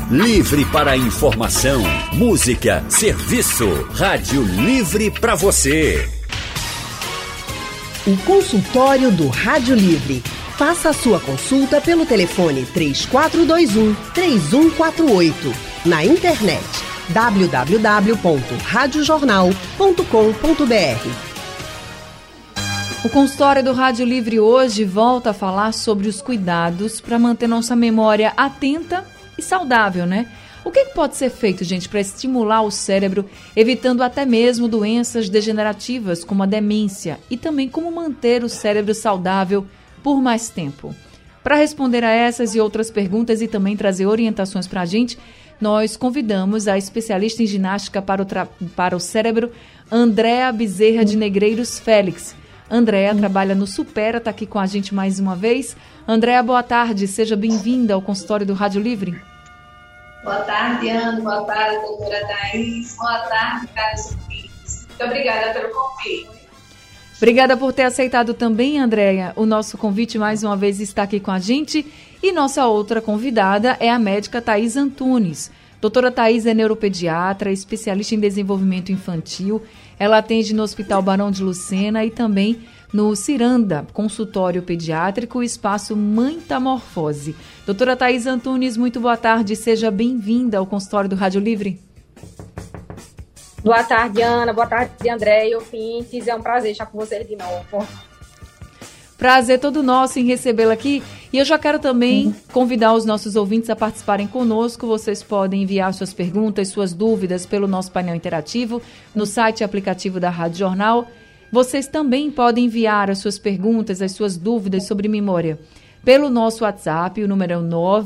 Livre para informação, música, serviço. Rádio Livre para você. O consultório do Rádio Livre. Faça a sua consulta pelo telefone 3421-3148. Na internet www.radiojornal.com.br. O consultório do Rádio Livre hoje volta a falar sobre os cuidados para manter nossa memória atenta e saudável, né? O que pode ser feito, gente, para estimular o cérebro, evitando até mesmo doenças degenerativas como a demência, e também como manter o cérebro saudável por mais tempo? Para responder a essas e outras perguntas e também trazer orientações para a gente, nós convidamos a especialista em ginástica para o cérebro, Andréa Bezerra de Negreiros Félix. Andréa trabalha no Supera, está aqui com a gente mais uma vez. Andréa, boa tarde, seja bem-vinda ao consultório do Rádio Livre. Boa tarde, Ana, boa tarde, doutora Thaís, boa tarde, caros ouvintes. Muito obrigada pelo convite. Obrigada por ter aceitado também, Andréa, o nosso convite mais uma vez está aqui com a gente. E nossa outra convidada é a médica Thaís Antunes. Doutora Thaís é neuropediatra, especialista em desenvolvimento infantil. Ela atende no Hospital Barão de Lucena e também no Ciranda, consultório pediátrico, espaço Mantamorfose. Doutora Thaís Antunes, muito boa tarde, seja bem-vinda ao consultório do Rádio Livre. Boa tarde, Ana. Boa tarde, André e ouvintes. É um prazer estar com vocês de novo. Prazer todo nosso em recebê-la aqui. E eu já quero também convidar os nossos ouvintes a participarem conosco. Vocês podem enviar suas perguntas, suas dúvidas pelo nosso painel interativo no site e aplicativo da Rádio Jornal. Vocês também podem enviar as suas perguntas, as suas dúvidas sobre memória pelo nosso WhatsApp. O número é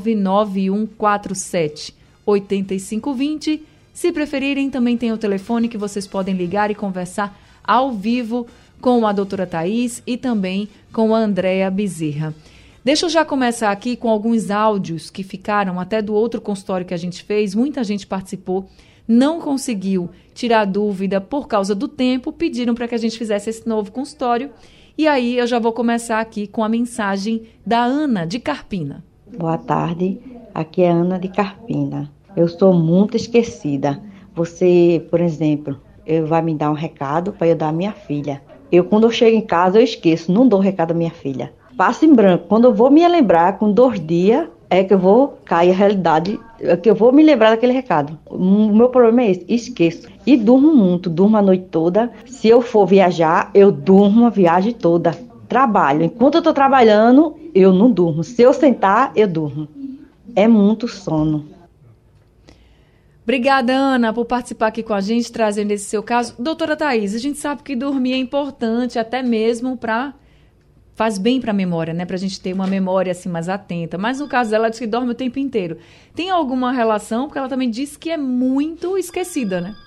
99147-8520. Se preferirem, também tem o telefone que vocês podem ligar e conversar ao vivo com a doutora Thaís e também com a Andréa Bezerra. Deixa eu já começar aqui com alguns áudios que ficaram até do outro consultório que a gente fez. Muita gente participou, não conseguiu tirar dúvida por causa do tempo, pediram para que a gente fizesse esse novo consultório. E aí eu já vou começar aqui com a mensagem da Ana de Carpina. Boa tarde, aqui é Ana de Carpina. Eu sou muito esquecida. Você, por exemplo, vai me dar um recado para eu dar à minha filha. Quando eu chego em casa, eu esqueço, não dou recado à minha filha. Passa em branco. Quando eu vou me lembrar, com 2 dias, é que eu vou cair a realidade, é que eu vou me lembrar daquele recado. O meu problema é esse, esqueço. E durmo muito, durmo a noite toda. Se eu for viajar, eu durmo a viagem toda. Trabalho. Enquanto eu estou trabalhando, eu não durmo. Se eu sentar, eu durmo. É muito sono. Obrigada, Ana, por participar aqui com a gente, trazendo esse seu caso. Doutora Thaís, a gente sabe que dormir é importante, até mesmo faz bem para a memória, né? Para a gente ter uma memória assim mais atenta. Mas no caso dela, ela diz que dorme o tempo inteiro. Tem alguma relação? Porque ela também disse que é muito esquecida, né?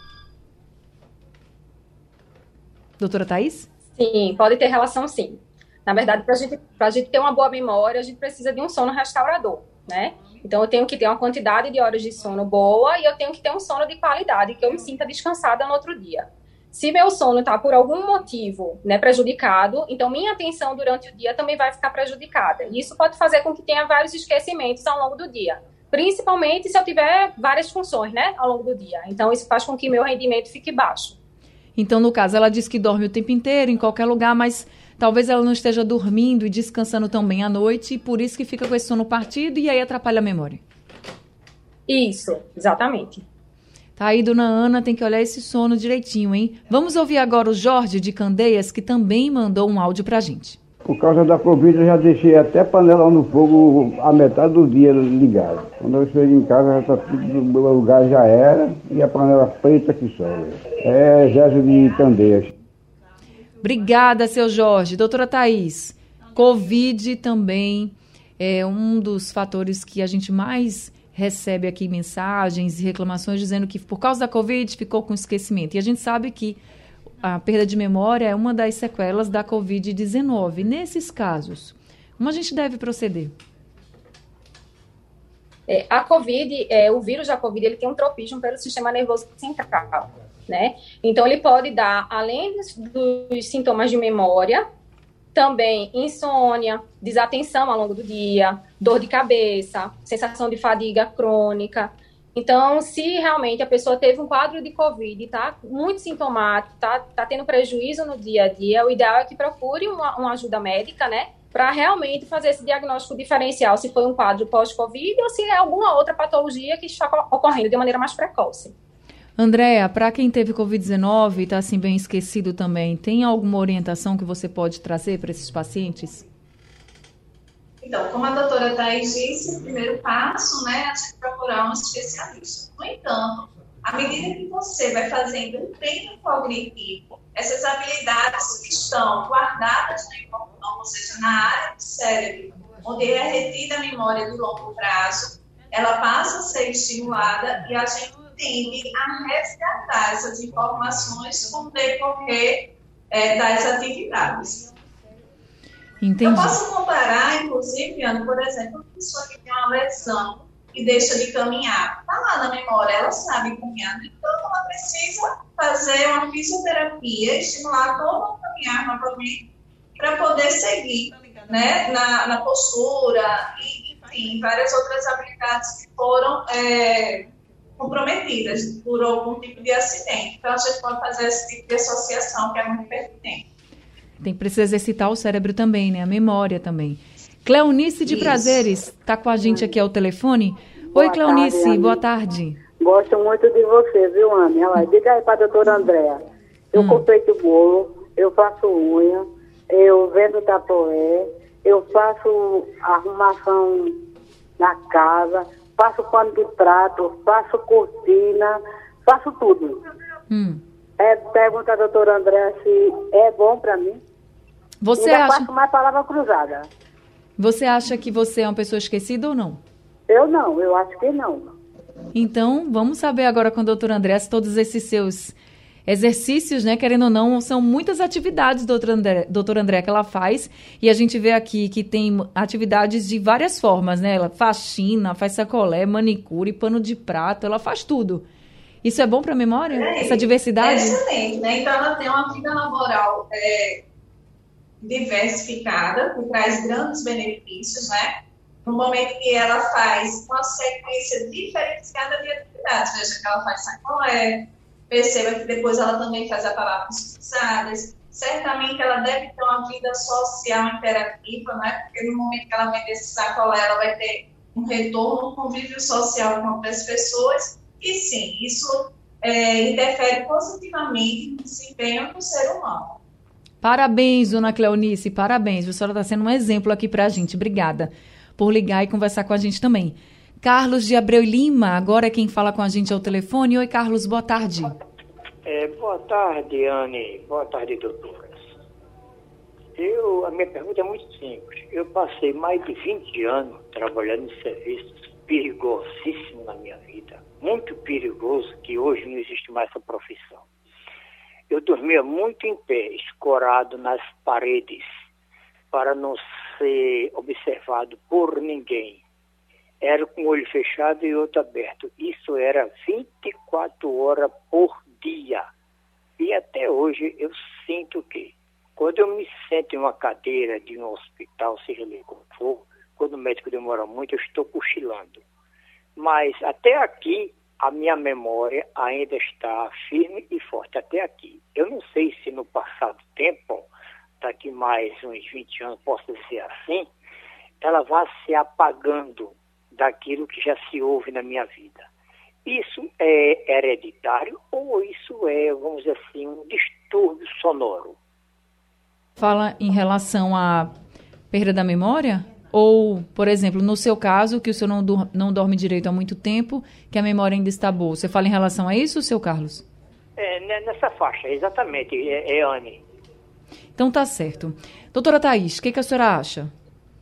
Doutora Thaís? Sim, pode ter relação, sim. Na verdade, para a gente ter uma boa memória, a gente precisa de um sono restaurador, né? Então, eu tenho que ter uma quantidade de horas de sono boa e eu tenho que ter um sono de qualidade, que eu me sinta descansada no outro dia. Se meu sono está, por algum motivo, né, prejudicado, então minha atenção durante o dia também vai ficar prejudicada. E isso pode fazer com que tenha vários esquecimentos ao longo do dia, principalmente se eu tiver várias funções, né, ao longo do dia. Então, isso faz com que meu rendimento fique baixo. Então, no caso, ela diz que dorme o tempo inteiro, em qualquer lugar, mas talvez ela não esteja dormindo e descansando tão bem à noite, e por isso que fica com esse sono partido e aí atrapalha a memória. Isso, exatamente. Tá aí, dona Ana, tem que olhar esse sono direitinho, hein? Vamos ouvir agora o Jorge de Candeias, que também mandou um áudio pra gente. Por causa da Covid, eu já deixei até a panela no fogo a metade do dia ligada. Quando eu chego em casa, já tá tudo, o lugar já era, e a panela preta que sobe. É Jorge de Candeias. Obrigada, seu Jorge. Doutora Thaís, Covid também é um dos fatores que a gente mais recebe aqui mensagens e reclamações dizendo que por causa da Covid ficou com esquecimento. E a gente sabe que a perda de memória é uma das sequelas da Covid-19. Nesses casos, como a gente deve proceder? A Covid, o vírus da Covid, ele tem um tropismo pelo sistema nervoso central, né? Então, ele pode dar, além dos sintomas de memória, Também insônia, desatenção ao longo do dia, dor de cabeça, sensação de fadiga crônica. Então, se realmente a pessoa teve um quadro de Covid, está muito sintomático, tá tendo prejuízo no dia a dia, o ideal é que procure uma ajuda médica, né? Para realmente fazer esse diagnóstico diferencial, se foi um quadro pós-Covid ou se é alguma outra patologia que está ocorrendo de maneira mais precoce. Andréa, para quem teve Covid-19 e está assim bem esquecido também, tem alguma orientação que você pode trazer para esses pacientes? Então, como a doutora Thaís disse, o primeiro passo, né, é você procurar um especialista. No entanto, à medida que você vai fazendo um treino cognitivo, essas habilidades que estão guardadas na informação, ou seja, na área do cérebro, onde é retida a memória de longo prazo, ela passa a ser estimulada e a gente tende a resgatar essas informações com o decorrer das atividades. Entendi. Eu posso comparar, inclusive, Ana, por exemplo, uma pessoa que tem uma lesão e deixa de caminhar. Está lá na memória, ela sabe caminhar. Então, ela precisa fazer uma fisioterapia, estimular todo o caminhar novamente para poder seguir, né, na postura e, enfim, várias outras habilidades que foram comprometidas por algum tipo de acidente. Então, a gente pode fazer esse tipo de associação que é muito pertinente. Precisa exercitar o cérebro também, né? A memória também. Cleonice de Prazeres está com a gente aqui ao telefone. Oi, Cleonice, tarde, boa tarde. Gosto muito de você, viu, Ana? Diga aí para a doutora Andréa. Eu confeito bolo, eu faço unha, eu vendo tapoé, eu faço arrumação na casa, faço pano de prato, faço cortina, faço tudo. Pergunta a doutora Andréa se é bom para mim. Você ainda acha... faço mais palavra cruzada. Você acha que você é uma pessoa esquecida ou não? Eu não, eu acho que não. Então, vamos saber agora com a doutora Andréa se todos esses seus exercícios, né, querendo ou não, são muitas atividades, doutora Andréa, que ela faz, e a gente vê aqui que tem atividades de várias formas, né? Ela faxina, faz sacolé, manicure, pano de prato, ela faz tudo. Isso é bom para a memória? Essa diversidade? É excelente, né? Então, ela tem uma vida laboral diversificada, que traz grandes benefícios, né? No momento que ela faz uma sequência diferenciada de atividades, veja que ela faz sacolé, perceba que depois ela também faz palavras cruzadas, certamente ela deve ter uma vida social interativa, né? Porque no momento que ela vende esse sacolé, ela vai ter um retorno, um convívio social com outras pessoas, e sim, isso interfere positivamente no desempenho do ser humano. Parabéns, dona Cleonice, parabéns. A senhora está sendo um exemplo aqui para a gente. Obrigada por ligar e conversar com a gente também. Carlos de Abreu Lima, agora é quem fala com a gente ao telefone. Oi, Carlos, boa tarde. Boa tarde, Anne. Boa tarde, doutoras. A minha pergunta é muito simples. Eu passei mais de 20 anos trabalhando em serviços perigosíssimos na minha vida. Muito perigoso, que hoje não existe mais essa profissão. Eu dormia muito em pé, escorado nas paredes, para não ser observado por ninguém. Era com o olho fechado e outro aberto. Isso era 24 horas por dia. E até hoje eu sinto que, quando eu me sento em uma cadeira de um hospital, seja ali como for, quando o médico demora muito, eu estou cochilando. Mas até aqui, a minha memória ainda está firme e forte, até aqui. Eu não sei se no passado tempo, daqui mais uns 20 anos, posso dizer assim, ela vai se apagando daquilo que já se ouve na minha vida. Isso é hereditário ou isso é, vamos dizer assim, um distúrbio sonoro? Fala em relação à perda da memória? Ou, por exemplo, no seu caso, que o senhor não dorme direito há muito tempo, que a memória ainda está boa. Você fala em relação a isso, seu Carlos? Nessa faixa, exatamente, Anne. Então tá certo. Doutora Thaís, o que a senhora acha?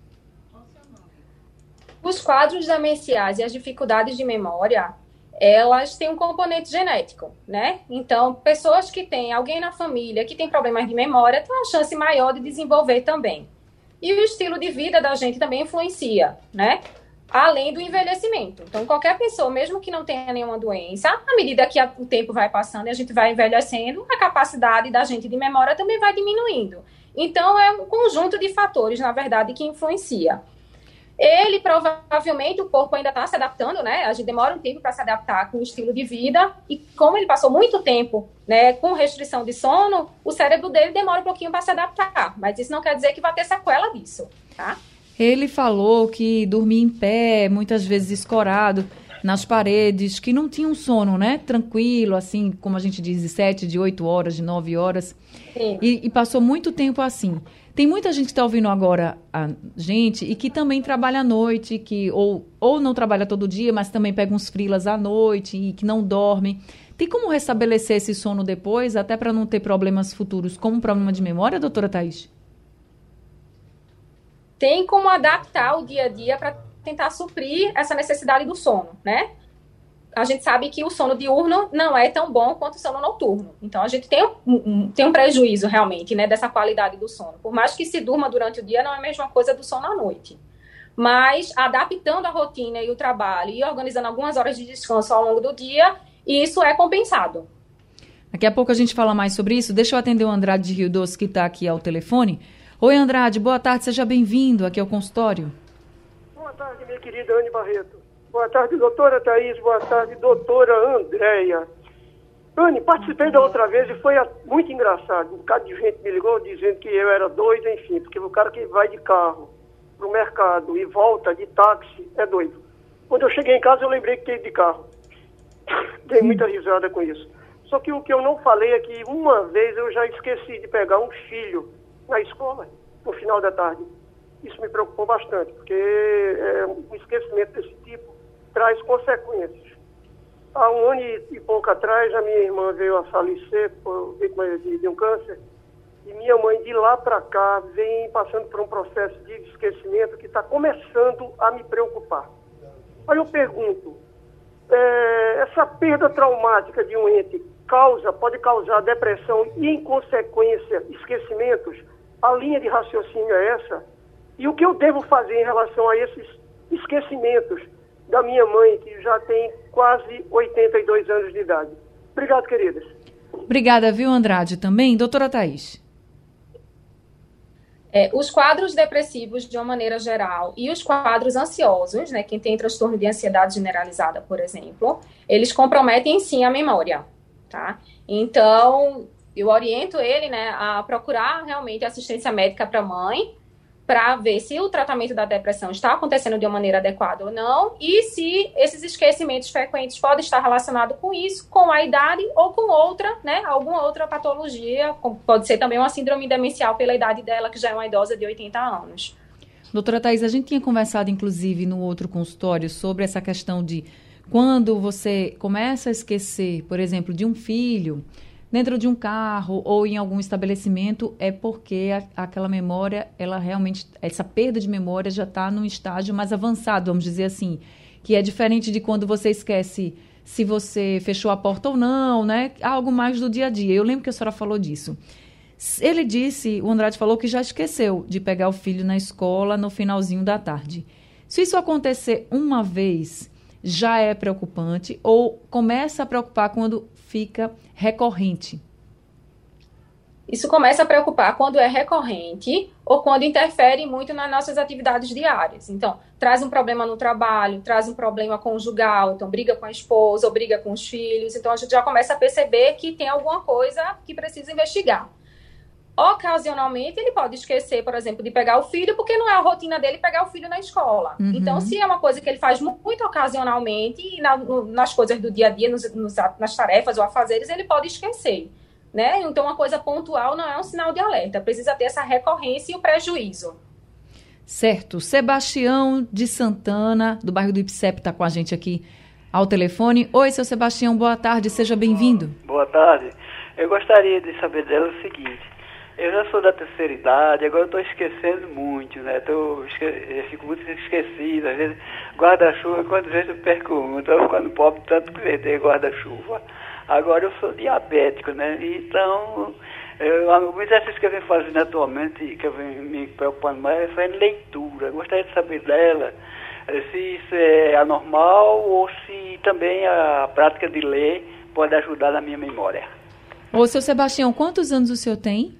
Os quadros demenciais e as dificuldades de memória, elas têm um componente genético, né? Então, pessoas que têm alguém na família que tem problemas de memória têm uma chance maior de desenvolver também. E o estilo de vida da gente também influencia, né? Além do envelhecimento. Então, qualquer pessoa, mesmo que não tenha nenhuma doença, à medida que o tempo vai passando e a gente vai envelhecendo, a capacidade da gente de memória também vai diminuindo. Então, é um conjunto de fatores, na verdade, que influencia. Ele, provavelmente, o corpo ainda está se adaptando, né? A gente demora um tempo para se adaptar com o estilo de vida. E como ele passou muito tempo, né, com restrição de sono, o cérebro dele demora um pouquinho para se adaptar. Mas isso não quer dizer que vai ter sequela disso, tá? Ele falou que dormia em pé, muitas vezes escorado nas paredes, que não tinha um sono, né? Tranquilo, assim, como a gente diz, de 7, de 8 horas, de 9 horas. E passou muito tempo assim. Tem muita gente que está ouvindo agora a gente e que também trabalha à noite, que ou não trabalha todo dia, mas também pega uns freelas à noite e que não dorme. Tem como restabelecer esse sono depois, até para não ter problemas futuros, como um problema de memória, doutora Thaís? Tem como adaptar o dia a dia para tentar suprir essa necessidade do sono, né? A gente sabe que o sono diurno não é tão bom quanto o sono noturno. Então, a gente tem um prejuízo, realmente, né, dessa qualidade do sono. Por mais que se durma durante o dia, não é a mesma coisa do sono à noite. Mas, adaptando a rotina e o trabalho e organizando algumas horas de descanso ao longo do dia, isso é compensado. Daqui a pouco a gente fala mais sobre isso. Deixa eu atender o Andrade de Rio Doce, que está aqui ao telefone. Oi, Andrade, boa tarde, seja bem-vindo aqui ao consultório. Boa tarde, minha querida Anne Barreto. Boa tarde, doutora Thaís. Boa tarde, doutora Andréia. Anne, participei da outra vez e foi muito engraçado. Um bocado de gente me ligou dizendo que eu era doido, enfim, porque o cara que vai de carro pro mercado e volta de táxi é doido. Quando eu cheguei em casa, eu lembrei que ia de carro. Dei muita risada com isso. Só que o que eu não falei é que uma vez eu já esqueci de pegar um filho na escola, no final da tarde. Isso me preocupou bastante, porque o esquecimento desse tipo traz consequências. Há um ano e pouco atrás, a minha irmã veio a falecer por vítima de um câncer, e minha mãe, de lá para cá, vem passando por um processo de esquecimento que está começando a me preocupar. Aí eu pergunto, essa perda traumática de um ente pode causar depressão e, em consequência, esquecimentos? A linha de raciocínio é essa? E o que eu devo fazer em relação a esses esquecimentos da minha mãe, que já tem quase 82 anos de idade? Obrigado, queridas. Obrigada, viu, Andrade, também. Doutora Thaís. Os quadros depressivos, de uma maneira geral, e os quadros ansiosos, né, quem tem transtorno de ansiedade generalizada, por exemplo, eles comprometem, sim, a memória, tá? Então, eu oriento ele, né, a procurar realmente assistência médica para a mãe, para ver se o tratamento da depressão está acontecendo de uma maneira adequada ou não, e se esses esquecimentos frequentes podem estar relacionados com isso, com a idade ou com outra, né, alguma outra patologia, pode ser também uma síndrome demencial pela idade dela, que já é uma idosa de 80 anos. Doutora Thaís, a gente tinha conversado, inclusive, no outro consultório, sobre essa questão de quando você começa a esquecer, por exemplo, de um filho dentro de um carro ou em algum estabelecimento, é porque aquela memória, ela realmente, essa perda de memória já está num estágio mais avançado, vamos dizer assim, que é diferente de quando você esquece se você fechou a porta ou não, né? Algo mais do dia a dia. Eu lembro que a senhora falou disso. Ele disse, o Andrade falou que já esqueceu de pegar o filho na escola no finalzinho da tarde. Se isso acontecer uma vez, já é preocupante ou começa a preocupar quando fica recorrente? Isso começa a preocupar quando é recorrente ou quando interfere muito nas nossas atividades diárias. Então, traz um problema no trabalho, traz um problema conjugal, então briga com a esposa ou briga com os filhos. Então, a gente já começa a perceber que tem alguma coisa que precisa investigar. Ocasionalmente, ele pode esquecer, por exemplo, de pegar o filho, porque não é a rotina dele pegar o filho na escola. Uhum. Então, se é uma coisa que ele faz muito ocasionalmente, e nas coisas do dia a dia, nas tarefas ou afazeres, ele pode esquecer, né? Então, uma coisa pontual não é um sinal de alerta. Precisa ter essa recorrência e o prejuízo. Certo. Sebastião de Santana, do bairro do Ipsep, está com a gente aqui ao telefone. Oi, seu Sebastião, boa tarde, seja bem-vindo. Boa tarde. Eu gostaria de saber dela o seguinte. Eu já sou da terceira idade, agora eu estou esquecendo muito, né? Eu fico muito esquecido, às vezes guarda-chuva, quantas vezes eu perco um, estou ficando pobre tanto que perder guarda-chuva. Agora eu sou diabético, né? Então, o exercício que eu venho fazendo atualmente, que eu venho me preocupando mais, é leitura. Eu gostaria de saber dela se isso é anormal ou se também a prática de ler pode ajudar na minha memória. Ô, seu Sebastião, quantos anos o senhor tem?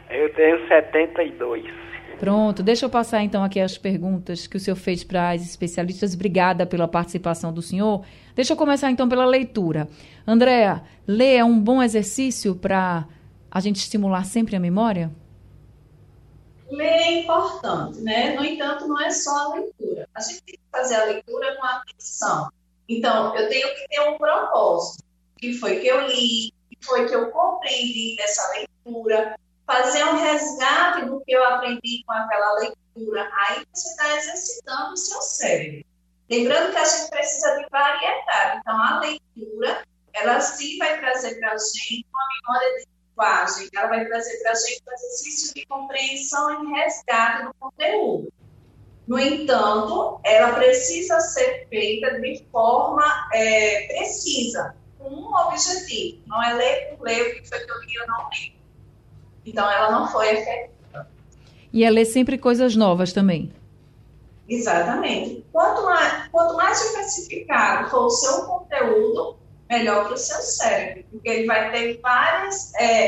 Eu tenho 72. Pronto, deixa eu passar então aqui as perguntas que o senhor fez para as especialistas. Obrigada pela participação do senhor. Deixa eu começar então pela leitura. Andréa, ler é um bom exercício para a gente estimular sempre a memória? Ler é importante, né? No entanto, não é só a leitura. A gente tem que fazer a leitura com atenção. Então, eu tenho que ter um propósito. O que foi que eu li? O que foi que eu compreendi dessa leitura? Fazer um resgate do que eu aprendi com aquela leitura. Aí você está exercitando o seu cérebro. Lembrando que a gente precisa de variedade. Então, a leitura, ela sim vai trazer para a gente uma memória de linguagem. Ela vai trazer para a gente um exercício de compreensão e resgate do conteúdo. No entanto, ela precisa ser feita de forma precisa, com um objetivo. Não é ler por ler, o que foi que eu li, eu não li. Então, ela não foi efetiva. E é ler sempre coisas novas também. Exatamente. Quanto mais diversificado for o seu conteúdo, melhor para o seu cérebro, porque ele vai ter várias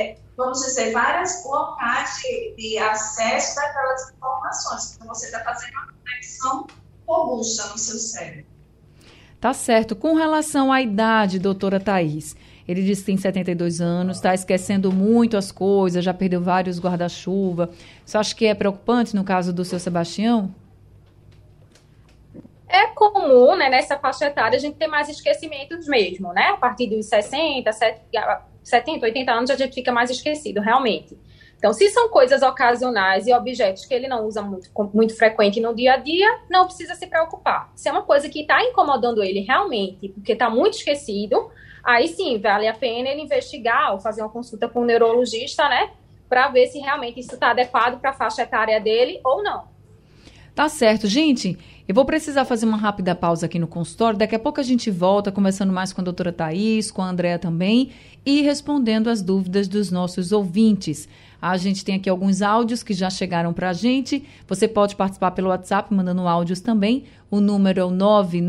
locais de acesso daquelas informações. Então, você está fazendo uma conexão robusta no seu cérebro. Tá certo. Com relação à idade, doutora Thaís, ele disse que tem 72 anos, está esquecendo muito as coisas, já perdeu vários guarda-chuva. Você acha que é preocupante no caso do seu Sebastião? É comum, né, nessa faixa etária, a gente ter mais esquecimentos mesmo, né? A partir dos 60, 70, 80 anos, a gente fica mais esquecido, realmente. Então, se são coisas ocasionais e objetos que ele não usa muito frequente no dia a dia, não precisa se preocupar. Se é uma coisa que está incomodando ele realmente, porque está muito esquecido, aí sim, vale a pena ele investigar ou fazer uma consulta com um neurologista, né? Para ver se realmente isso está adequado para a faixa etária dele ou não. Tá certo. Gente, eu vou precisar fazer uma rápida pausa aqui no consultório. Daqui a pouco a gente volta conversando mais com a doutora Thaís, com a Andréa também e respondendo as dúvidas dos nossos ouvintes. A gente tem aqui alguns áudios que já chegaram para a gente. Você pode participar pelo WhatsApp, mandando áudios também. O número é o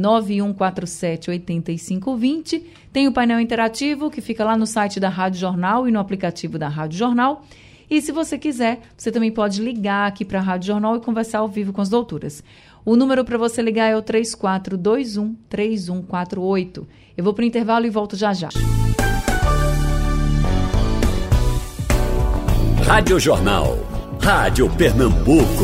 991478520. Tem o painel interativo que fica lá no site da Rádio Jornal e no aplicativo da Rádio Jornal. E se você quiser, você também pode ligar aqui para a Rádio Jornal e conversar ao vivo com as doutoras. O número para você ligar é o 3421-3148. Eu vou para o intervalo e volto já já. Rádio Jornal. Rádio Pernambuco.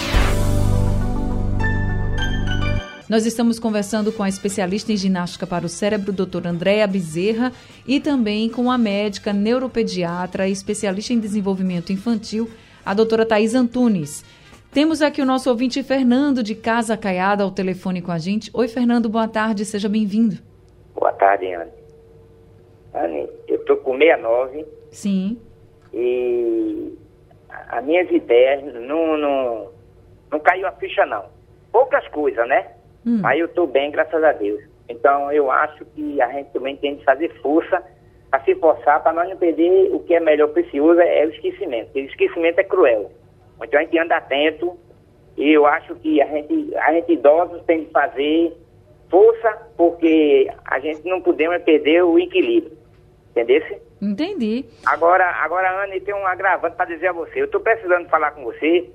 Nós estamos conversando com a especialista em ginástica para o cérebro, doutora Andréa Bezerra, e também com a médica neuropediatra e especialista em desenvolvimento infantil, a doutora Thaís Antunes. Temos aqui o nosso ouvinte Fernando, de Casa Caiada, ao telefone com a gente. Oi, Fernando, boa tarde, seja bem-vindo. Boa tarde, Anne. Anne, eu estou com 69. Sim. E as minhas ideias não caiu a ficha, não. Poucas coisas, né? Mas eu estou bem, graças a Deus. Então, eu acho que a gente também tem que fazer força para se forçar, para nós não perder o que é melhor, precioso, é o esquecimento. Porque o esquecimento é cruel. Então, a gente anda atento e eu acho que a gente idosos tem que fazer força, porque a gente não podemos perder o equilíbrio. Entendeu? Entendi. Agora, Anne, tem um agravante para dizer a você. Eu estou precisando falar com você,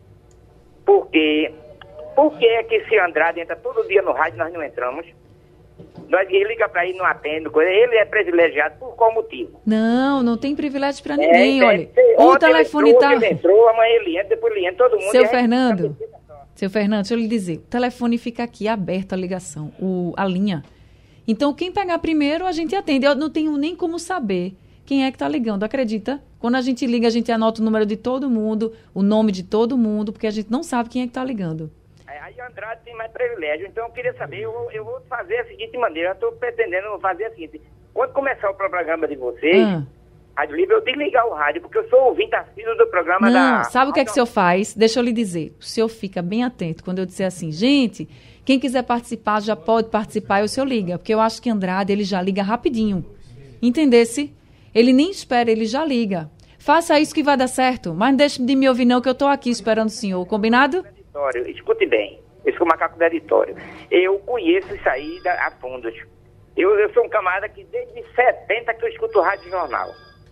porque é que esse Andrade entra todo dia no rádio e nós não entramos? Ele liga para ele, não atende, ele é privilegiado por qual motivo? Não tem privilégio para ninguém, olha. O telefone ele entrou, amanhã ele entra, depois ele entra, todo mundo... Seu Fernando, deixa eu lhe dizer, o telefone fica aqui aberto a ligação, a linha. Então, quem pegar primeiro, a gente atende. Eu não tenho nem como saber quem é que está ligando, acredita? Quando a gente liga, a gente anota o número de todo mundo, o nome de todo mundo, porque a gente não sabe quem é que está ligando. Aí Andrade tem mais privilégio, então eu queria saber, eu vou fazer a seguinte maneira, eu estou pretendendo fazer a seguinte, quando começar o programa de vocês, Rádio Livre, eu desligar o rádio, porque eu sou ouvinte assíduo do programa Não, sabe o que é que o senhor faz? Deixa eu lhe dizer, o senhor fica bem atento quando eu disser assim, gente, quem quiser participar já pode participar e o senhor liga, porque eu acho que Andrade, ele já liga rapidinho, entendesse? Ele nem espera, ele já liga. Faça isso que vai dar certo, mas não deixe de me ouvir não, que eu estou aqui esperando o senhor, combinado? Escute bem, eu sou macaco do editório. Eu conheço isso aí a fundo. Eu sou um camarada que desde 70 que eu escuto o Rádio Jornal.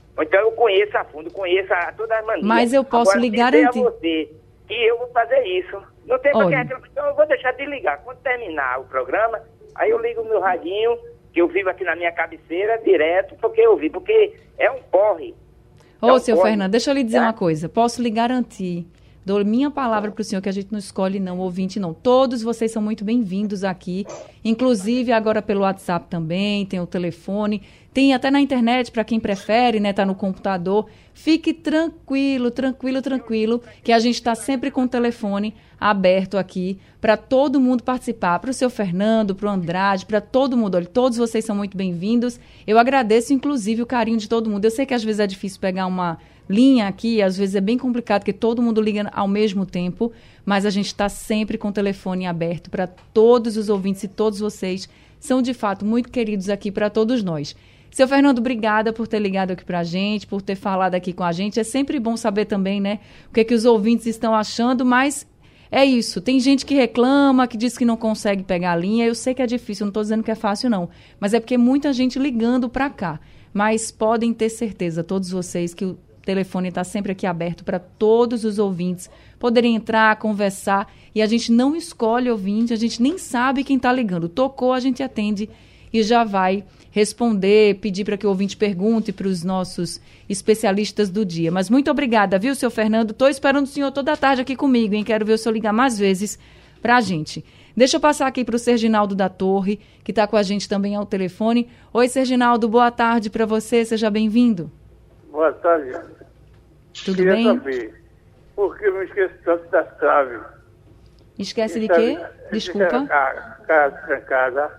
Então eu conheço a fundo, conheço todas as maneiras. Mas eu posso lhe garantir. A você que eu vou fazer isso. Não tem pra quem reclamar. Então eu vou deixar de ligar. Quando terminar o programa, aí eu ligo o meu radinho, que eu vivo aqui na minha cabeceira, direto, porque eu vi. Porque é um corre. Seu Fernando, deixa eu lhe dizer uma coisa. Posso lhe garantir, dou minha palavra para o senhor, que a gente não escolhe não, ouvinte não. Todos vocês são muito bem-vindos aqui, inclusive agora pelo WhatsApp também, tem o telefone, tem até na internet para quem prefere, né, tá no computador. Fique tranquilo, que a gente está sempre com o telefone aberto aqui para todo mundo participar, para o seu Fernando, para o Andrade, para todo mundo. Olha, todos vocês são muito bem-vindos. Eu agradeço, inclusive, o carinho de todo mundo. Eu sei que às vezes é difícil pegar uma linha aqui, às vezes é bem complicado, porque todo mundo liga ao mesmo tempo, mas a gente está sempre com o telefone aberto para todos os ouvintes, e todos vocês são, de fato, muito queridos aqui para todos nós. Seu Fernando, obrigada por ter ligado aqui pra gente, por ter falado aqui com a gente. É sempre bom saber também, né, o que é que os ouvintes estão achando, mas é isso. Tem gente que reclama, que diz que não consegue pegar a linha. Eu sei que é difícil, não estou dizendo que é fácil, não. Mas é porque muita gente ligando para cá. Mas podem ter certeza, todos vocês, que o telefone está sempre aqui aberto para todos os ouvintes poderem entrar, conversar. E a gente não escolhe ouvinte, a gente nem sabe quem está ligando. Tocou, a gente atende e já vai responder, pedir para que o ouvinte pergunte para os nossos especialistas do dia. Mas muito obrigada, viu, seu Fernando? Estou esperando o senhor toda a tarde aqui comigo, hein? Quero ver o senhor ligar mais vezes para a gente. Deixa eu passar aqui para o Serginaldo da Torre, que está com a gente também ao telefone. Oi, Serginaldo, boa tarde para você, seja bem-vindo. Boa tarde. Tudo bem? Queria saber, por que eu me esqueço tanto da chave? Esquece de quê? Desculpa. A casa trancada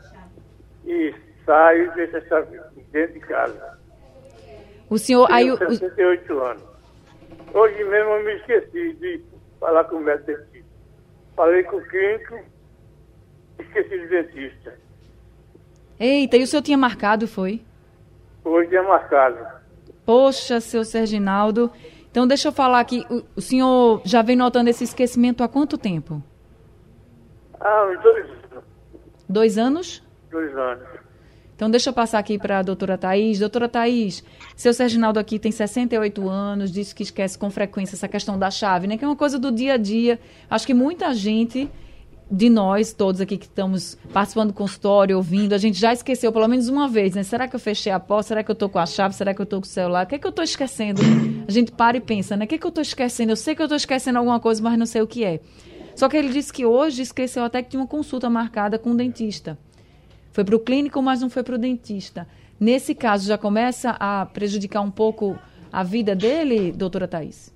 e saio e deixo a chave dentro de casa. O senhor... Tenho 68 anos. Hoje mesmo eu me esqueci de falar com o médico dentista. Falei com o clínico, esqueci do dentista. Eita, e o senhor tinha marcado, foi? Hoje tinha marcado. Poxa, seu Serginaldo. Então, deixa eu falar aqui. O senhor já vem notando esse esquecimento há quanto tempo? Uns 2 anos. 2 anos? 2 anos. Então, deixa eu passar aqui para a doutora Thaís. Doutora Thaís, seu Serginaldo aqui tem 68 anos, disse que esquece com frequência essa questão da chave, né? Que é uma coisa do dia a dia. Acho que muita gente, de nós, todos aqui que estamos participando do consultório, ouvindo, a gente já esqueceu pelo menos uma vez, né? Será que eu fechei a porta? Será que eu estou com a chave? Será que eu estou com o celular? O que é que eu estou esquecendo? A gente para e pensa, né? O que é que eu estou esquecendo? Eu sei que eu estou esquecendo alguma coisa, mas não sei o que é. Só que ele disse que hoje esqueceu até que tinha uma consulta marcada com o dentista. Foi para o clínico, mas não foi para o dentista. Nesse caso, já começa a prejudicar um pouco a vida dele, doutora Thaís?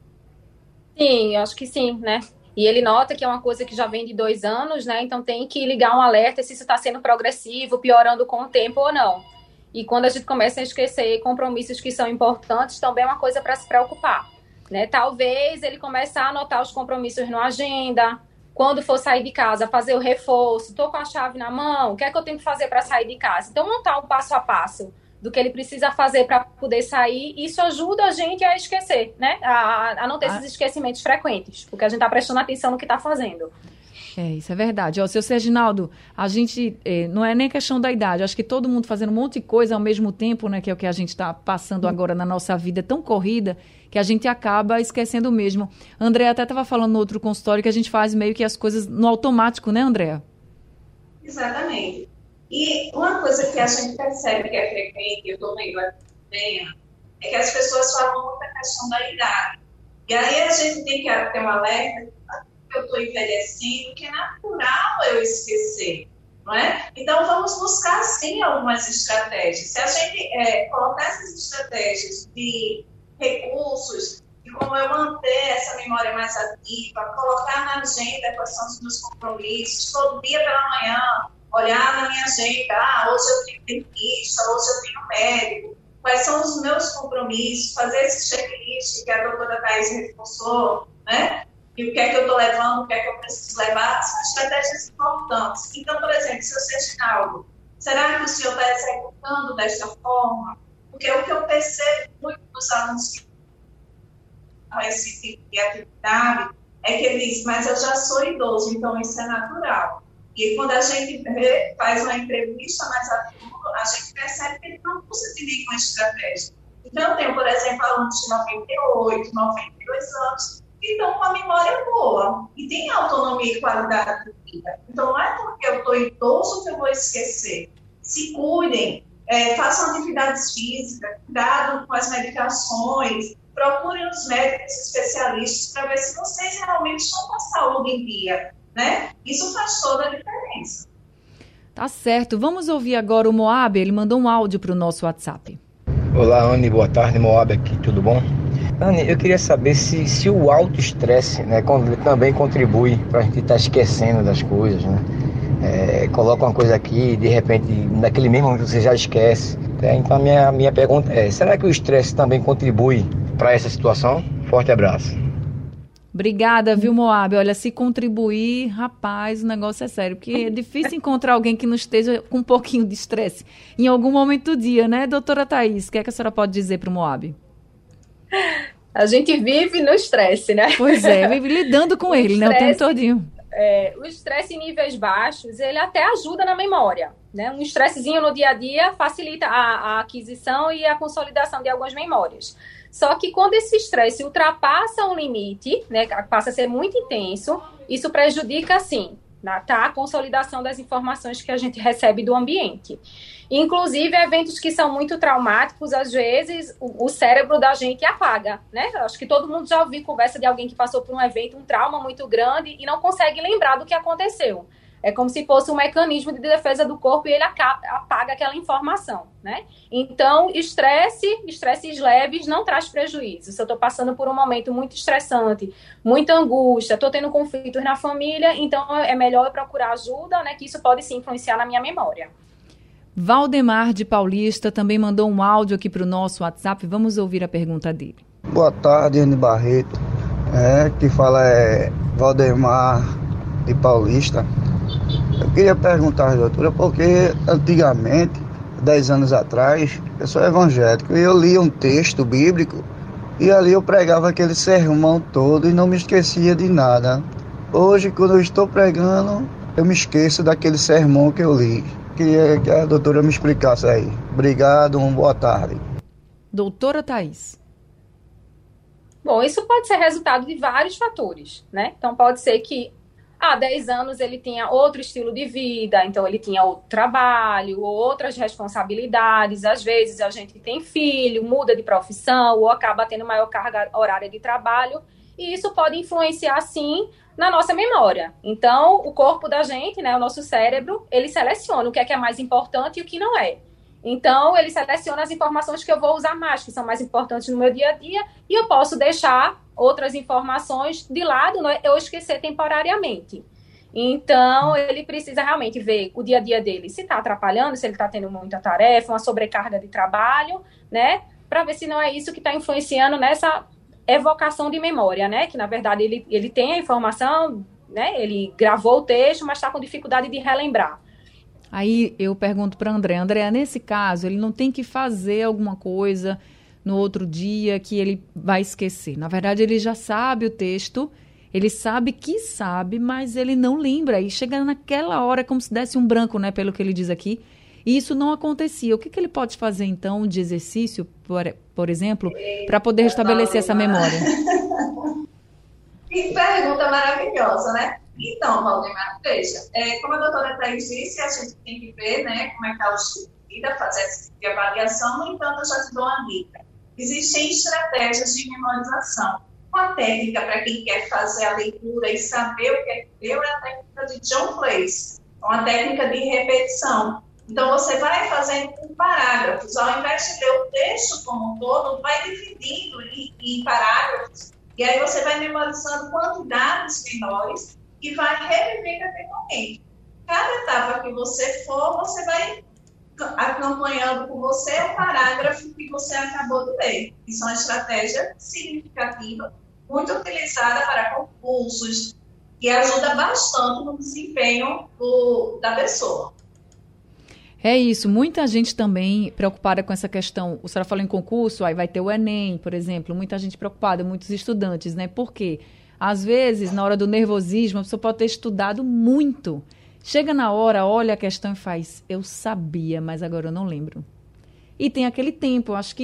Sim, eu acho que sim, né? E ele nota que é uma coisa que já vem de 2 anos, né? Então tem que ligar um alerta se isso está sendo progressivo, piorando com o tempo ou não. E quando a gente começa a esquecer compromissos que são importantes, também é uma coisa para se preocupar, né? Talvez ele comece a anotar os compromissos na agenda. Quando for sair de casa, fazer o reforço, estou com a chave na mão, o que é que eu tenho que fazer para sair de casa? Então, montar um passo a passo do que ele precisa fazer para poder sair, isso ajuda a gente a esquecer, né? A não ter esses esquecimentos frequentes, porque a gente está prestando atenção no que está fazendo. Isso é verdade. Ó, seu Serginaldo, a gente, não é nem questão da idade, acho que todo mundo fazendo um monte de coisa ao mesmo tempo, né, que é o que a gente está passando agora na nossa vida, tão corrida, que a gente acaba esquecendo mesmo. André até estava falando no outro consultório que a gente faz meio que as coisas no automático, né, Andréa? Exatamente. E uma coisa que a gente percebe que é frequente, eu estou vendo aqui também, é que as pessoas falam muito a questão da idade. E aí a gente tem que ter um alerta que eu estou envelhecendo, que é natural eu esquecer, não é? Então vamos buscar sim algumas estratégias. Se a gente colocar essas estratégias de recursos, e como eu manter essa memória mais ativa, colocar na agenda quais são os meus compromissos, todo dia pela manhã, olhar na minha agenda, hoje eu tenho dentista, hoje eu tenho médico, quais são os meus compromissos, fazer esse checklist que a doutora Thaís reforçou, né? E o que é que eu estou levando, o que é que eu preciso levar, são estratégias importantes. Então, por exemplo, seu Serginaldo, será que o senhor está executando desta forma? Porque o que eu percebo muito dos alunos que com esse tipo de atividade é que ele diz, mas eu já sou idoso, então isso é natural. E quando a gente faz uma entrevista mais a fundo, a gente percebe que ele não usa de nenhuma estratégia. Então, eu tenho, por exemplo, alunos de 98, 92 anos, que estão com a memória boa e têm autonomia e qualidade de vida. Então, não é porque eu estou idoso que eu vou esquecer. Se cuidem, façam atividades físicas, cuidado com as medicações, procurem os médicos especialistas para ver se vocês realmente estão com a saúde em dia, né? Isso faz toda a diferença. Tá certo. Vamos ouvir agora o Moab. Ele mandou um áudio para o nosso WhatsApp. Olá, Anne. Boa tarde. Moab aqui. Tudo bom? Anne, eu queria saber se o autoestresse, né, também contribui para a gente estar esquecendo das coisas, né? Coloca uma coisa aqui e de repente, naquele mesmo momento você já esquece. Então a minha pergunta é, será que o estresse também contribui para essa situação? Forte abraço. Obrigada, viu, Moab? Olha, se contribuir, rapaz, o negócio é sério, porque é difícil encontrar alguém que não esteja com um pouquinho de estresse em algum momento do dia, né, doutora Thaís? O que é que a senhora pode dizer para o Moab? A gente vive no estresse, né? Pois é, vive lidando com ele, né, o tempo todinho. O estresse em níveis baixos, ele até ajuda na memória, né? Um estressezinho no dia a dia facilita a aquisição e a consolidação de algumas memórias. Só que quando esse estresse ultrapassa um limite, né, passa a ser muito intenso, isso prejudica, sim, a consolidação das informações que a gente recebe do ambiente. Inclusive, eventos que são muito traumáticos, às vezes, o cérebro da gente apaga, né? Acho que todo mundo já ouviu conversa de alguém que passou por um evento, um trauma muito grande e não consegue lembrar do que aconteceu. É como se fosse um mecanismo de defesa do corpo e ele apaga aquela informação, né? Então, estresses leves não traz prejuízo. Se eu estou passando por um momento muito estressante, muita angústia, estou tendo conflitos na família, então é melhor eu procurar ajuda, né? Que isso pode sim influenciar na minha memória. Valdemar de Paulista também mandou um áudio aqui para o nosso WhatsApp. Vamos ouvir a pergunta dele. Boa tarde, Anne Barreto. Que fala é Valdemar de Paulista. Eu queria perguntar, doutora, porque antigamente, 10 anos atrás, eu sou evangélico e eu lia um texto bíblico e ali eu pregava aquele sermão todo e não me esquecia de nada. Hoje, quando eu estou pregando, eu me esqueço daquele sermão que eu li. Queria que a doutora me explicasse aí. Obrigado, boa tarde. Doutora Thaís. Bom, isso pode ser resultado de vários fatores, né? Então, pode ser que há 10 anos ele tinha outro estilo de vida, então ele tinha outro trabalho, outras responsabilidades. Às vezes a gente tem filho, muda de profissão ou acaba tendo maior carga horária de trabalho. E isso pode influenciar, sim, na nossa memória. Então, o corpo da gente, né, o nosso cérebro, ele seleciona o que é mais importante e o que não é. Então, ele seleciona as informações que eu vou usar mais, que são mais importantes no meu dia a dia, e eu posso deixar outras informações de lado, né, eu esquecer temporariamente. Então, ele precisa realmente ver o dia a dia dele, se está atrapalhando, se ele está tendo muita tarefa, uma sobrecarga de trabalho, né, para ver se não é isso que está influenciando nessa evocação de memória, né? Que, na verdade, ele tem a informação, né? Ele gravou o texto, mas está com dificuldade de relembrar. Aí eu pergunto para André, nesse caso, ele não tem que fazer alguma coisa no outro dia que ele vai esquecer. Na verdade, ele já sabe o texto, ele sabe que sabe, mas ele não lembra. E chega naquela hora como se desse um branco, né? Pelo que ele diz aqui. E isso não acontecia. O que ele pode fazer, então, de exercício, por exemplo, para poder restabelecer essa memória? Que pergunta maravilhosa, né? Então, Valdemar, veja, como a doutora Thaís disse, a gente tem que ver, né, como é que está o estilo de vida, fazer essa tipo de avaliação. No entanto, eu já te dou uma dica. Existem estratégias de memorização. Uma técnica para quem quer fazer a leitura e saber o que é que deu é a técnica de John Place, uma técnica de repetição. Então, você vai fazendo em parágrafos. Ao invés de ler o texto como um todo, vai dividindo em parágrafos. E aí você vai memorizando quantidades menores e vai reviver aquele momento. Cada etapa que você for, você vai acompanhando com você o parágrafo que você acabou de ler. Isso é uma estratégia significativa, muito utilizada para concursos e ajuda bastante no desempenho da pessoa. É isso, muita gente também preocupada com essa questão. O senhor falou em concurso, aí vai ter o Enem, por exemplo, muita gente preocupada, muitos estudantes, né? Por quê? Às vezes, na hora do nervosismo, a pessoa pode ter estudado muito. Chega na hora, olha a questão e faz, eu sabia, mas agora eu não lembro. E tem aquele tempo, eu acho que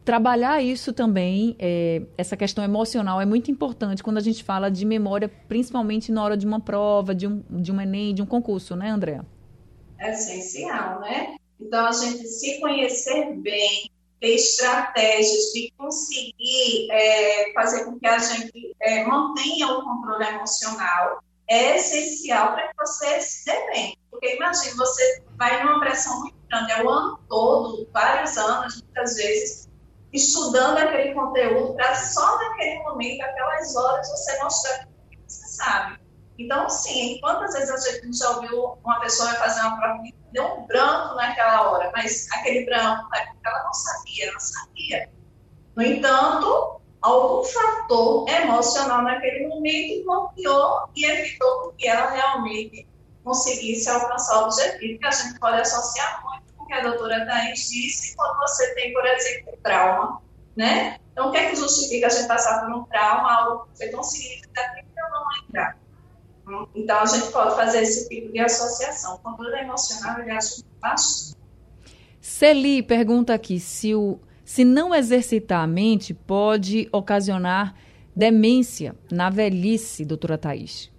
trabalhar isso também, essa questão emocional é muito importante quando a gente fala de memória, principalmente na hora de uma prova, de um Enem, de um concurso, né, Andréa? É essencial, né? Então, a gente se conhecer bem, ter estratégias de conseguir fazer com que a gente mantenha o controle emocional é essencial para que você se dê bem. Porque, imagina, você vai numa pressão muito grande, o ano todo, vários anos, muitas vezes, estudando aquele conteúdo para só naquele momento, aquelas horas, você mostrar o que você sabe. Então, sim, quantas vezes a gente já ouviu uma pessoa fazer uma prova e deu um branco naquela hora, mas aquele branco, ela não sabia. No entanto, algum fator emocional naquele momento bloqueou e evitou que ela realmente conseguisse alcançar o objetivo, que a gente pode associar muito com o que a doutora Thaís disse, quando você tem, por exemplo, trauma, né? Então, o que é que justifica a gente passar por um trauma, algo que foi tão significativo que eu não lembrar? Então, a gente pode fazer esse tipo de associação. O controle emocional, ele ajuda bastante. Celi pergunta aqui se não exercitar a mente pode ocasionar demência na velhice, doutora Thaís.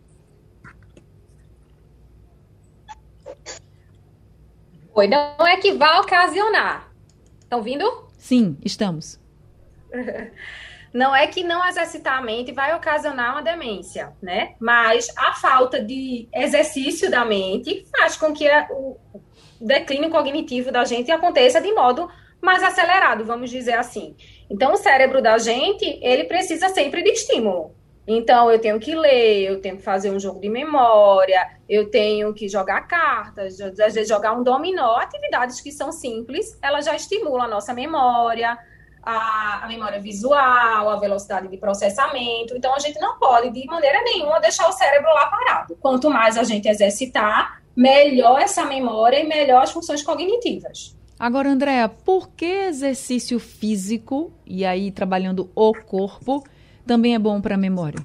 Não é que vai ocasionar. Estão ouvindo? Sim, estamos. Não é que não exercitar a mente vai ocasionar uma demência, né? Mas a falta de exercício da mente faz com que o declínio cognitivo da gente aconteça de modo mais acelerado, vamos dizer assim. Então, o cérebro da gente, ele precisa sempre de estímulo. Então, eu tenho que ler, eu tenho que fazer um jogo de memória, eu tenho que jogar cartas, às vezes jogar um dominó, atividades que são simples, elas já estimulam a nossa memória, a memória visual, a velocidade de processamento. Então, a gente não pode, de maneira nenhuma, deixar o cérebro lá parado. Quanto mais a gente exercitar, melhor essa memória e melhor as funções cognitivas. Agora, Andréa, por que exercício físico, e aí trabalhando o corpo, também é bom para a memória?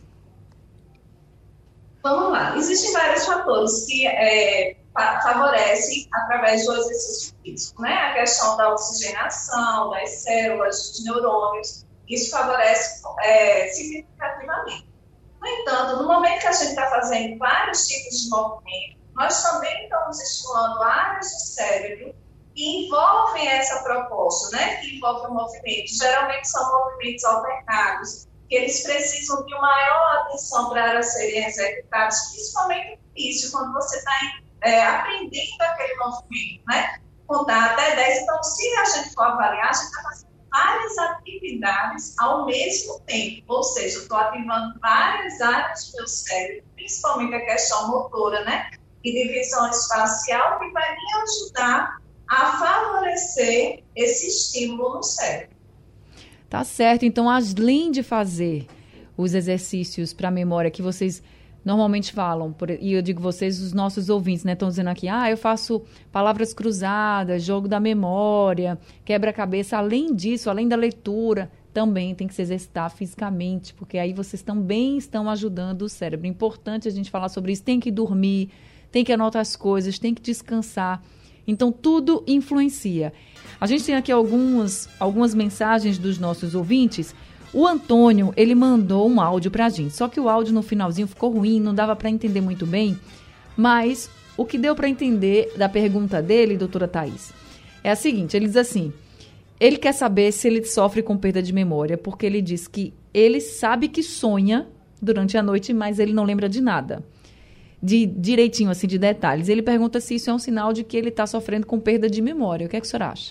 Vamos lá. Existem vários fatores que favorecem através do exercício físico, né? A questão da oxigenação, das células, dos neurônios, isso favorece significativamente. No entanto, no momento que a gente está fazendo vários tipos de movimento, nós também estamos estimulando áreas do cérebro que envolvem essa proposta, né? Que envolvem o movimento. Geralmente são movimentos alternados, que eles precisam de uma maior atenção para serem executados, principalmente no início, quando você está aprendendo aquele movimento, né? Contar até 10. Então, se a gente for avaliar, a gente está fazendo várias atividades ao mesmo tempo, ou seja, eu estou ativando várias áreas do meu cérebro, principalmente a questão motora, né? E de visão espacial, que vai me ajudar a favorecer esse estímulo no cérebro. Tá certo. Então, além de fazer os exercícios para a memória que vocês normalmente falam, e eu digo vocês, os nossos ouvintes, né, estão dizendo aqui, eu faço palavras cruzadas, jogo da memória, quebra-cabeça. Além disso, além da leitura, também tem que se exercitar fisicamente, porque aí vocês também estão ajudando o cérebro. É importante a gente falar sobre isso. Tem que dormir, tem que anotar as coisas, tem que descansar. Então, tudo influencia. A gente tem aqui algumas mensagens dos nossos ouvintes. O Antônio, ele mandou um áudio pra gente, só que o áudio no finalzinho ficou ruim, não dava para entender muito bem, mas o que deu para entender da pergunta dele, doutora Thaís, é a seguinte, ele diz assim, ele quer saber se ele sofre com perda de memória, porque ele diz que ele sabe que sonha durante a noite, mas ele não lembra de nada, direitinho, assim, de detalhes. Ele pergunta se isso é um sinal de que ele está sofrendo com perda de memória. O que é que a senhora acha?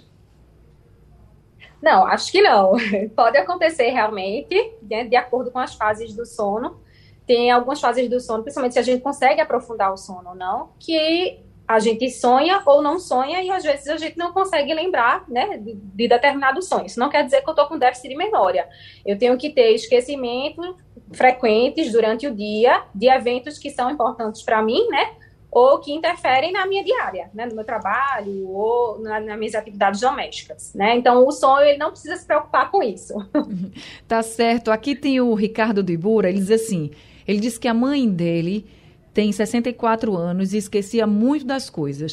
Não, acho que não. Pode acontecer realmente, né, de acordo com as fases do sono. Tem algumas fases do sono, principalmente se a gente consegue aprofundar o sono ou não, que a gente sonha ou não sonha e às vezes a gente não consegue lembrar, né, de determinados sonhos. Isso não quer dizer que eu estou com déficit de memória. Eu tenho que ter esquecimentos frequentes durante o dia de eventos que são importantes para mim, né, ou que interferem na minha diária, né, no meu trabalho ou nas minhas atividades domésticas, né? Então, o sonho, ele não precisa se preocupar com isso. Tá certo. Aqui tem o Ricardo do Ibura, ele diz assim, ele diz que a mãe dele tem 64 anos e esquecia muito das coisas.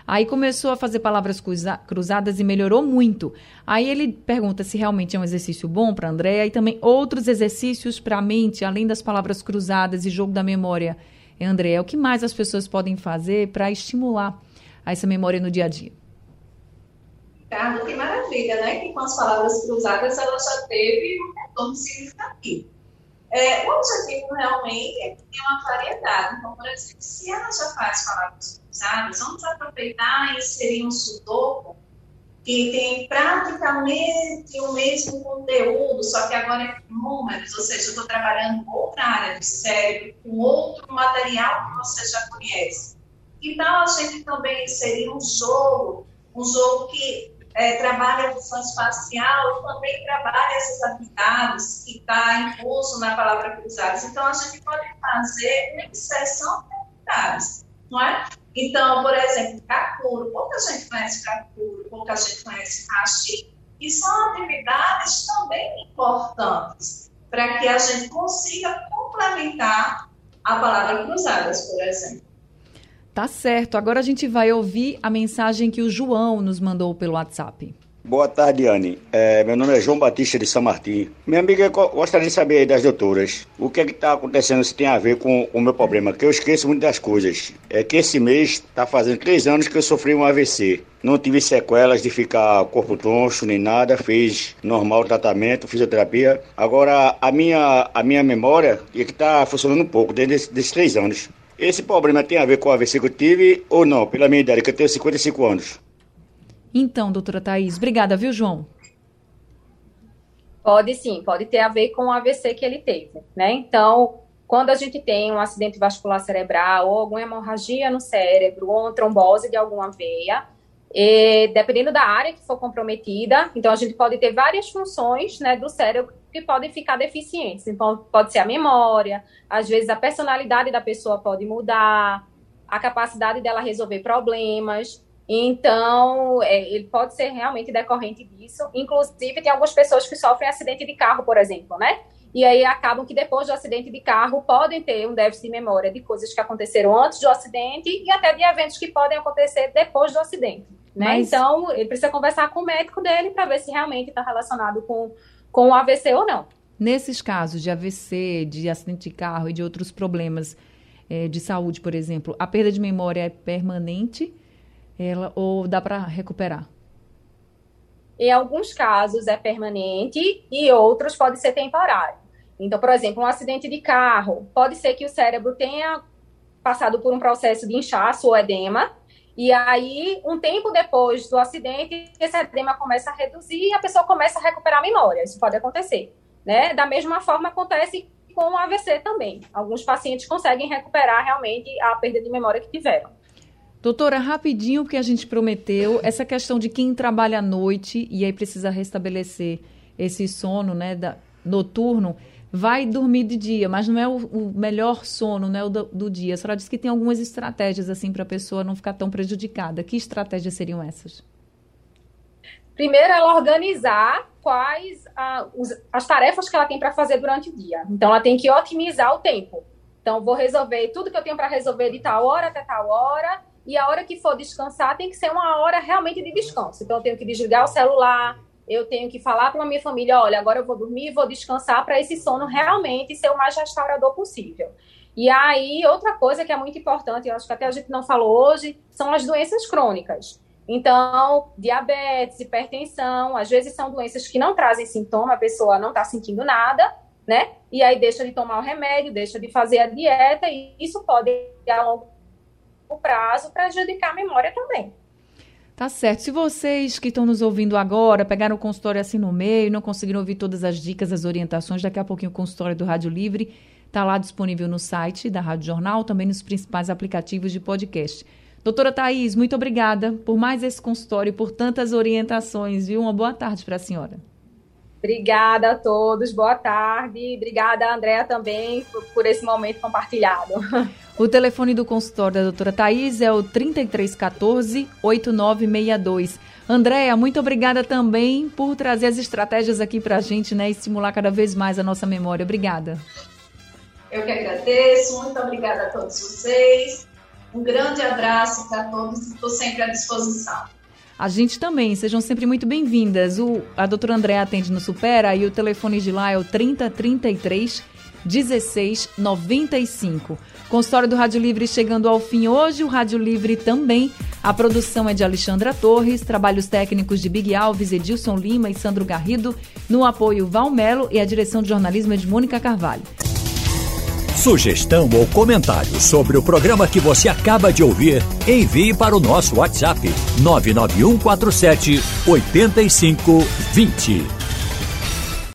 Aí começou a fazer palavras cruzadas e melhorou muito. Aí ele pergunta se realmente é um exercício bom para a Andréia e também outros exercícios para a mente, além das palavras cruzadas e jogo da memória. Andréia, o que mais as pessoas podem fazer para estimular essa memória no dia a dia? Ricardo, que maravilha, né? Que com as palavras cruzadas ela já teve um retorno significativo. O objetivo realmente é que tenha uma variedade. Então, por exemplo, se ela já faz palavras cruzadas, vamos aproveitar e inserir um sudoku que tem praticamente o mesmo conteúdo, só que agora é com números, ou seja, eu estou trabalhando com outra área do cérebro, com outro material que você já conhece. Então, a gente também inserir um jogo que trabalha a função espacial, também trabalha essas habilidades que está em curso na palavra cruzadas. Então, a gente pode fazer uma inserção de habilidades, não é? Então, por exemplo, Kakuro, pouca gente conhece Kakuro, pouca gente conhece Hashi, e são atividades também importantes para que a gente consiga complementar a palavra cruzadas, por exemplo. Tá certo. Agora a gente vai ouvir a mensagem que o João nos mandou pelo WhatsApp. Boa tarde, Anne. Meu nome é João Batista de São Martim. Minha amiga, eu gostaria de saber das doutoras o que é que está acontecendo, se tem a ver com o meu problema, que eu esqueço muito das coisas. É que esse mês está fazendo 3 anos que eu sofri um AVC. Não tive sequelas de ficar corpo troncho nem nada, fiz normal tratamento, fisioterapia. Agora, a minha memória é que está funcionando um pouco desde esses 3 anos. Esse problema tem a ver com o AVC que eu tive ou não? Pela minha idade, que eu tenho 55 anos. Então, doutora Thaís, obrigada, viu, João? Pode sim, pode ter a ver com o AVC que ele teve, né? Então, quando a gente tem um acidente vascular cerebral ou alguma hemorragia no cérebro ou uma trombose de alguma veia, dependendo da área que for comprometida, então a gente pode ter várias funções, né, do cérebro que podem ficar deficientes. Então, pode ser a memória, às vezes a personalidade da pessoa pode mudar, a capacidade dela resolver problemas. Então, ele pode ser realmente decorrente disso. Inclusive, tem algumas pessoas que sofrem acidente de carro, por exemplo, né? E aí acabam que depois do acidente de carro podem ter um déficit de memória de coisas que aconteceram antes do acidente e até de eventos que podem acontecer depois do acidente, né? Então, ele precisa conversar com o médico dele para ver se realmente está relacionado com o AVC ou não. Nesses casos de AVC, de acidente de carro e de outros problemas de saúde, por exemplo, a perda de memória é permanente ou dá para recuperar? Em alguns casos é permanente e outros pode ser temporário. Então, por exemplo, um acidente de carro, pode ser que o cérebro tenha passado por um processo de inchaço ou edema, e aí, um tempo depois do acidente, esse edema começa a reduzir e a pessoa começa a recuperar a memória. Isso pode acontecer, né? Da mesma forma, acontece com o AVC também. Alguns pacientes conseguem recuperar realmente a perda de memória que tiveram. Doutora, rapidinho, porque a gente prometeu, essa questão de quem trabalha à noite e aí precisa restabelecer esse sono, né, noturno, vai dormir de dia, mas não é o melhor sono, né, do dia. A senhora disse que tem algumas estratégias assim para a pessoa não ficar tão prejudicada. Que estratégias seriam essas? Primeiro, ela organizar quais as tarefas que ela tem para fazer durante o dia. Então, ela tem que otimizar o tempo. Então, vou resolver tudo que eu tenho para resolver de tal hora até tal hora. E a hora que for descansar tem que ser uma hora realmente de descanso. Então, eu tenho que desligar o celular, eu tenho que falar para a minha família, olha, agora eu vou dormir, vou descansar para esse sono realmente ser o mais restaurador possível. E aí, outra coisa que é muito importante, eu acho que até a gente não falou hoje, são as doenças crônicas. Então, diabetes, hipertensão, às vezes são doenças que não trazem sintoma, a pessoa não está sentindo nada, né? E aí deixa de tomar o remédio, deixa de fazer a dieta, e isso pode, a longo prazo, prejudicar a memória também. Tá certo. Se vocês que estão nos ouvindo agora pegaram o consultório assim no meio e não conseguiram ouvir todas as dicas, as orientações, daqui a pouquinho o consultório do Rádio Livre está lá disponível no site da Rádio Jornal, também nos principais aplicativos de podcast. Doutora Thaís, muito obrigada por mais esse consultório e por tantas orientações, viu? Uma boa tarde para a senhora. Obrigada a todos, boa tarde. Obrigada, Andréa, também, por esse momento compartilhado. O telefone do consultório da doutora Thaís é o 3314-8962. Andréa, muito obrigada também por trazer as estratégias aqui para a gente, né, e estimular cada vez mais a nossa memória. Obrigada. Eu que agradeço, muito obrigada a todos vocês. Um grande abraço para todos, estou sempre à disposição. A gente também, sejam sempre muito bem-vindas. A doutora Andréa atende no Supera e o telefone de lá é o 3033 1695. Consultório do Rádio Livre chegando ao fim hoje, o Rádio Livre também. A produção é de Alexandra Torres, trabalhos técnicos de Big Alves, Edilson Lima e Sandro Garrido, no apoio Valmelo e a direção de jornalismo é de Mônica Carvalho. Sugestão ou comentário sobre o programa que você acaba de ouvir, envie para o nosso WhatsApp 99147 8520.